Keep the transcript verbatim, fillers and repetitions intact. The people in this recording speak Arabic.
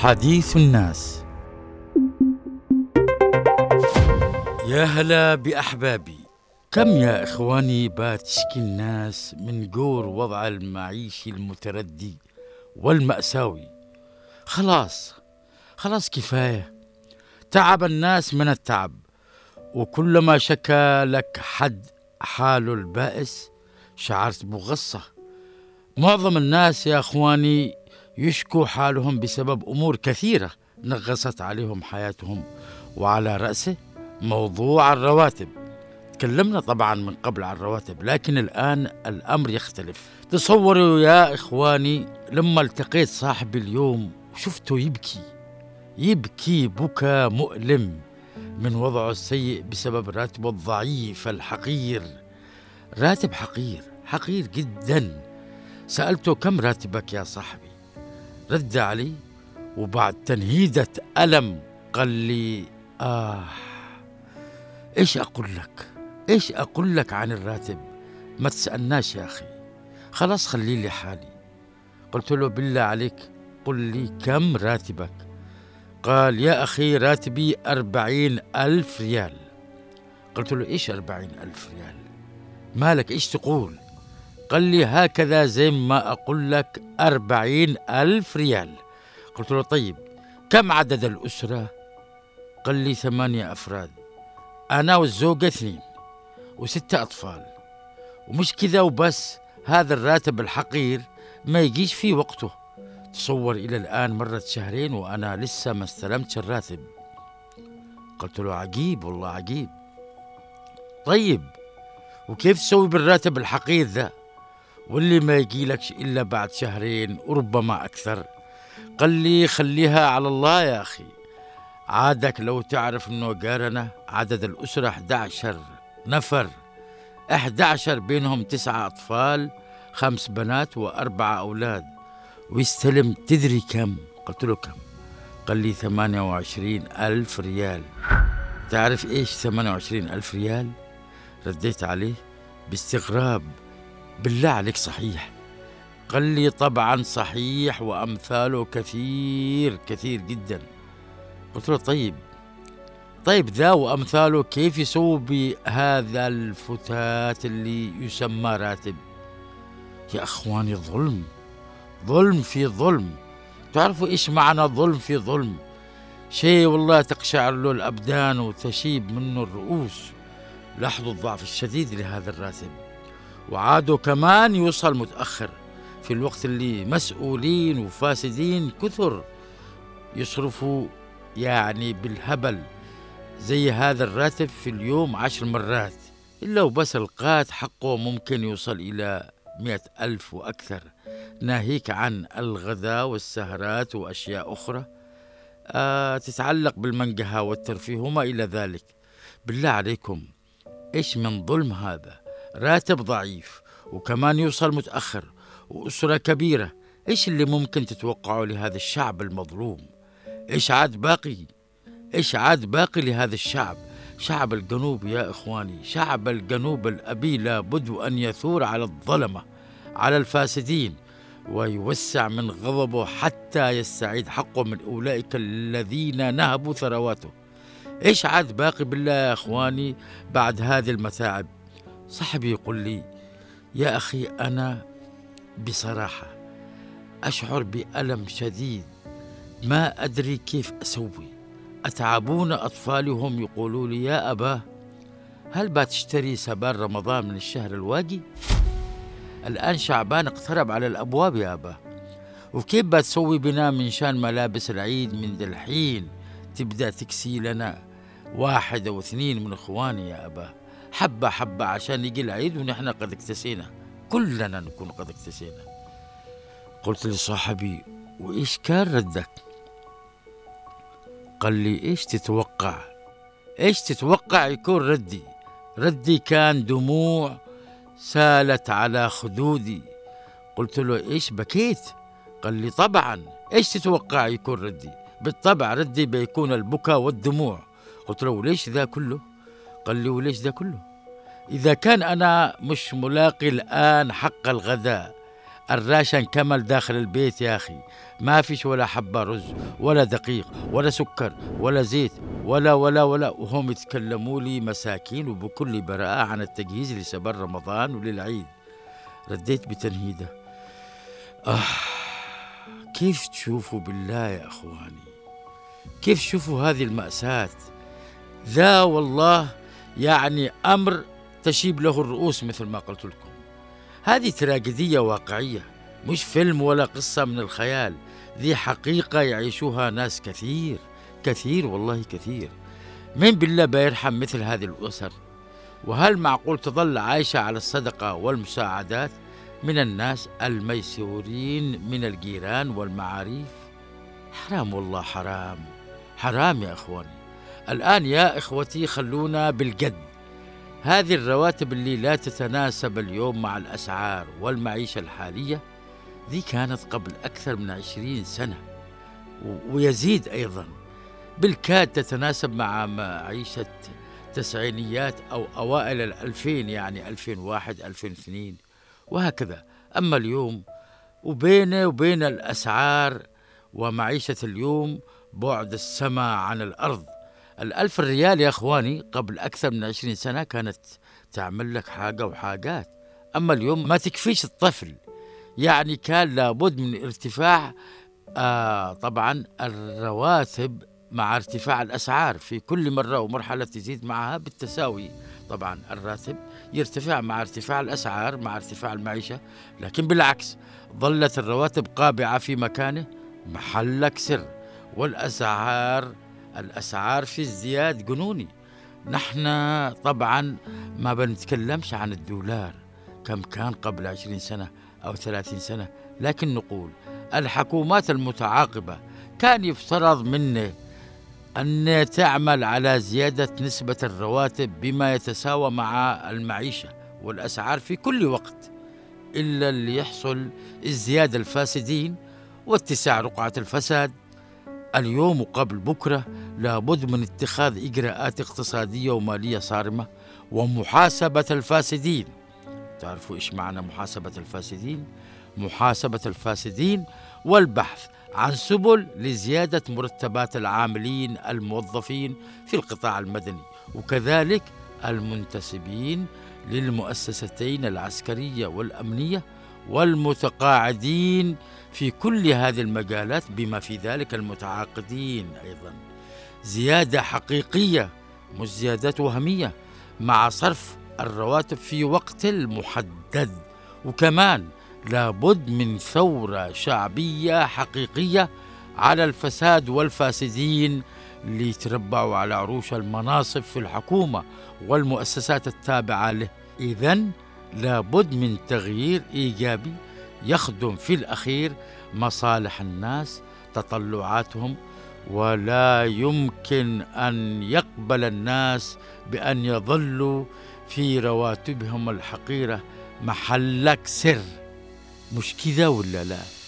حديث الناس. يا هلا بأحبابي، كم يا إخواني بات تشكي الناس من جور وضع المعيشي المتردي والمأساوي. خلاص خلاص كفاية، تعب الناس من التعب، وكلما شكى لك حد حاله البائس شعرت بغصة. معظم الناس يا أخواني يشكوا حالهم بسبب أمور كثيرة نغصت عليهم حياتهم، وعلى رأسه موضوع الرواتب. تكلمنا طبعا من قبل عن الرواتب، لكن الآن الأمر يختلف. تصوروا يا إخواني لما التقيت صاحبي اليوم وشفته يبكي يبكي بكى مؤلم من وضعه السيء بسبب راتبه الضعيف الحقير. راتب حقير حقير جدا. سألته كم راتبك يا صاحبي؟ رد علي وبعد تنهيدة ألم قال لي آه إيش أقول لك إيش أقول لك عن الراتب؟ ما تسألناش يا أخي، خلاص خلي لي حالي. قلت له بالله عليك قل لي كم راتبك؟ قال يا أخي راتبي أربعين ألف ريال. قلت له إيش أربعين ألف ريال؟ مالك إيش تقول؟ قال لي هكذا زي ما أقول لك أربعين ألف ريال. قلت له طيب كم عدد الأسرة؟ قال لي ثمانية أفراد، أنا والزوجة اثنين وستة أطفال. ومش كذا وبس، هذا الراتب الحقير ما يجيش في وقته. تصور إلى الآن مرت شهرين وأنا لسه ما استلمتش الراتب. قلت له عجيب والله عجيب. طيب وكيف تسوي بالراتب الحقير ذا واللي ما يجي لكش إلا بعد شهرين وربما أكثر؟ قال لي خليها على الله يا أخي، عادك لو تعرف أنه جارنا عدد الأسرة أحد عشر نفر، أحد عشر بينهم تسعة أطفال، خمس بنات وأربعة أولاد، ويستلم تدري كم؟ قلت له كم؟ قال لي ثمانية وعشرين ألف ريال. تعرف إيش ثمانية وعشرين ألف ريال؟ رديت عليه باستغراب بالله عليك صحيح؟ قال لي طبعا صحيح وأمثاله كثير كثير جدا. قلت له طيب طيب ذا وأمثاله كيف يسووا بهذا الفتات اللي يسمى راتب؟ يا أخواني ظلم ظلم في ظلم. تعرفوا إيش معنى ظلم في ظلم؟ شيء والله تقشعر له الأبدان وتشيب منه الرؤوس. لاحظوا الضعف الشديد لهذا الراتب، وعادوا كمان يوصل متأخر في الوقت اللي مسؤولين وفاسدين كثر يصرفوا يعني بالهبل زي هذا الراتب في اليوم عشر مرات. إلا وبس القات حقه ممكن يوصل إلى مئة ألف وأكثر، ناهيك عن الغذاء والسهرات وأشياء أخرى آه تتعلق بالمنقهة والترفيه وما إلى ذلك. بالله عليكم إيش من ظلم هذا؟ راتب ضعيف وكمان يوصل متأخر وأسرة كبيرة. إيش اللي ممكن تتوقعوا لهذا الشعب المظلوم؟ إيش عاد باقي؟ إيش عاد باقي لهذا الشعب؟ شعب الجنوب يا إخواني، شعب الجنوب الأبي لابد أن يثور على الظلمة على الفاسدين ويوسع من غضبه حتى يستعيد حقه من أولئك الذين نهبوا ثرواته. إيش عاد باقي بالله يا إخواني بعد هذه المتاعب؟ صاحبي يقول لي يا أخي أنا بصراحة أشعر بألم شديد، ما أدري كيف أسوي. أتعبون أطفالي وهم يقولوا لي يا أبا هل بتشتري سبان رمضان من الشهر الواقي؟ الآن شعبان اقترب على الأبواب يا أبا، وكيف بتسوي بنا من شان ملابس العيد من الحين؟ تبدأ تكسي لنا واحد أو اثنين من إخواني يا أبا، حبة حبة عشان يجي العيد ونحن قد اكتسينا، كلنا نكون قد اكتسينا. قلت لصاحبي وإيش كان ردك؟ قال لي إيش تتوقع؟ إيش تتوقع يكون ردي؟ ردي كان دموع سالت على خدودي. قلت له إيش بكيت؟ قال لي طبعا. إيش تتوقع يكون ردي؟ بالطبع ردي بيكون البكاء والدموع. قلت له وليش ذا كله؟ قال لي وليش ذا كله؟ إذا كان أنا مش ملاقي الآن حق الغذاء الراشن كمل داخل البيت يا أخي، ما فيش ولا حبة رز ولا دقيق ولا سكر ولا زيت ولا ولا ولا وهم يتكلموا لي مساكين وبكل براءة عن التجهيز لسبر رمضان وللعيد. رديت بتنهيدة: آه، كيف تشوفوا بالله يا أخواني، كيف تشوفوا هذه المأساة؟ ذا والله يعني أمر تشيب له الرؤوس مثل ما قلت لكم. هذه تراجيدية واقعية، مش فيلم ولا قصة من الخيال، ذي حقيقة يعيشوها ناس كثير كثير والله كثير. من بالله بيرحم مثل هذه الأسر؟ وهل معقول تظل عايشة على الصدقة والمساعدات من الناس الميسورين من الجيران والمعاريف؟ حرام والله، حرام حرام يا إخواني. الآن يا إخوتي خلونا بالجد. هذه الرواتب اللي لا تتناسب اليوم مع الأسعار والمعيشة الحالية ذي كانت قبل أكثر من عشرين سنة، ويزيد أيضا، بالكاد تتناسب مع معيشة تسعينيات أو أوائل الألفين، يعني ألفين وواحد ألفين واثنين وهكذا. أما اليوم وبينه وبين الأسعار ومعيشة اليوم بعد السماء عن الأرض. الألف ريال يا أخواني قبل أكثر من عشرين سنة كانت تعمل لك حاجة وحاجات، أما اليوم ما تكفيش الطفل. يعني كان لابد من ارتفاع آه طبعا الرواتب مع ارتفاع الأسعار في كل مرة ومرحلة تزيد معها بالتساوي. طبعا الراتب يرتفع مع ارتفاع الأسعار مع ارتفاع المعيشة، لكن بالعكس ظلت الرواتب قابعة في مكانه محلك سر، والأسعار الأسعار في ازدياد جنوني. نحن طبعا ما بنتكلمش عن الدولار كم كان قبل عشرين سنة أو ثلاثين سنة، لكن نقول الحكومات المتعاقبة كان يفترض منه أن تعمل على زيادة نسبة الرواتب بما يتساوى مع المعيشة والأسعار في كل وقت، إلا اللي يحصل ازدياد الفاسدين واتساع رقعة الفساد. اليوم وقبل بكرة لابد من اتخاذ إجراءات اقتصادية ومالية صارمة ومحاسبة الفاسدين. تعرفوا إيش معنى محاسبة الفاسدين؟ محاسبة الفاسدين والبحث عن سبل لزيادة مرتبات العاملين الموظفين في القطاع المدني، وكذلك المنتسبين للمؤسستين العسكرية والأمنية والمتقاعدين في كل هذه المجالات بما في ذلك المتعاقدين أيضا. زيادة حقيقية مش زيادات وهمية مع صرف الرواتب في وقت المحدد. وكمان لابد من ثورة شعبية حقيقية على الفساد والفاسدين اللي يتربعوا على عروش المناصب في الحكومة والمؤسسات التابعة له. إذن لابد من تغيير إيجابي يخدم في الأخير مصالح الناس تطلعاتهم، ولا يمكن أن يقبل الناس بأن يظلوا في رواتبهم الحقيرة محلك سر. مش كذا ولا لا؟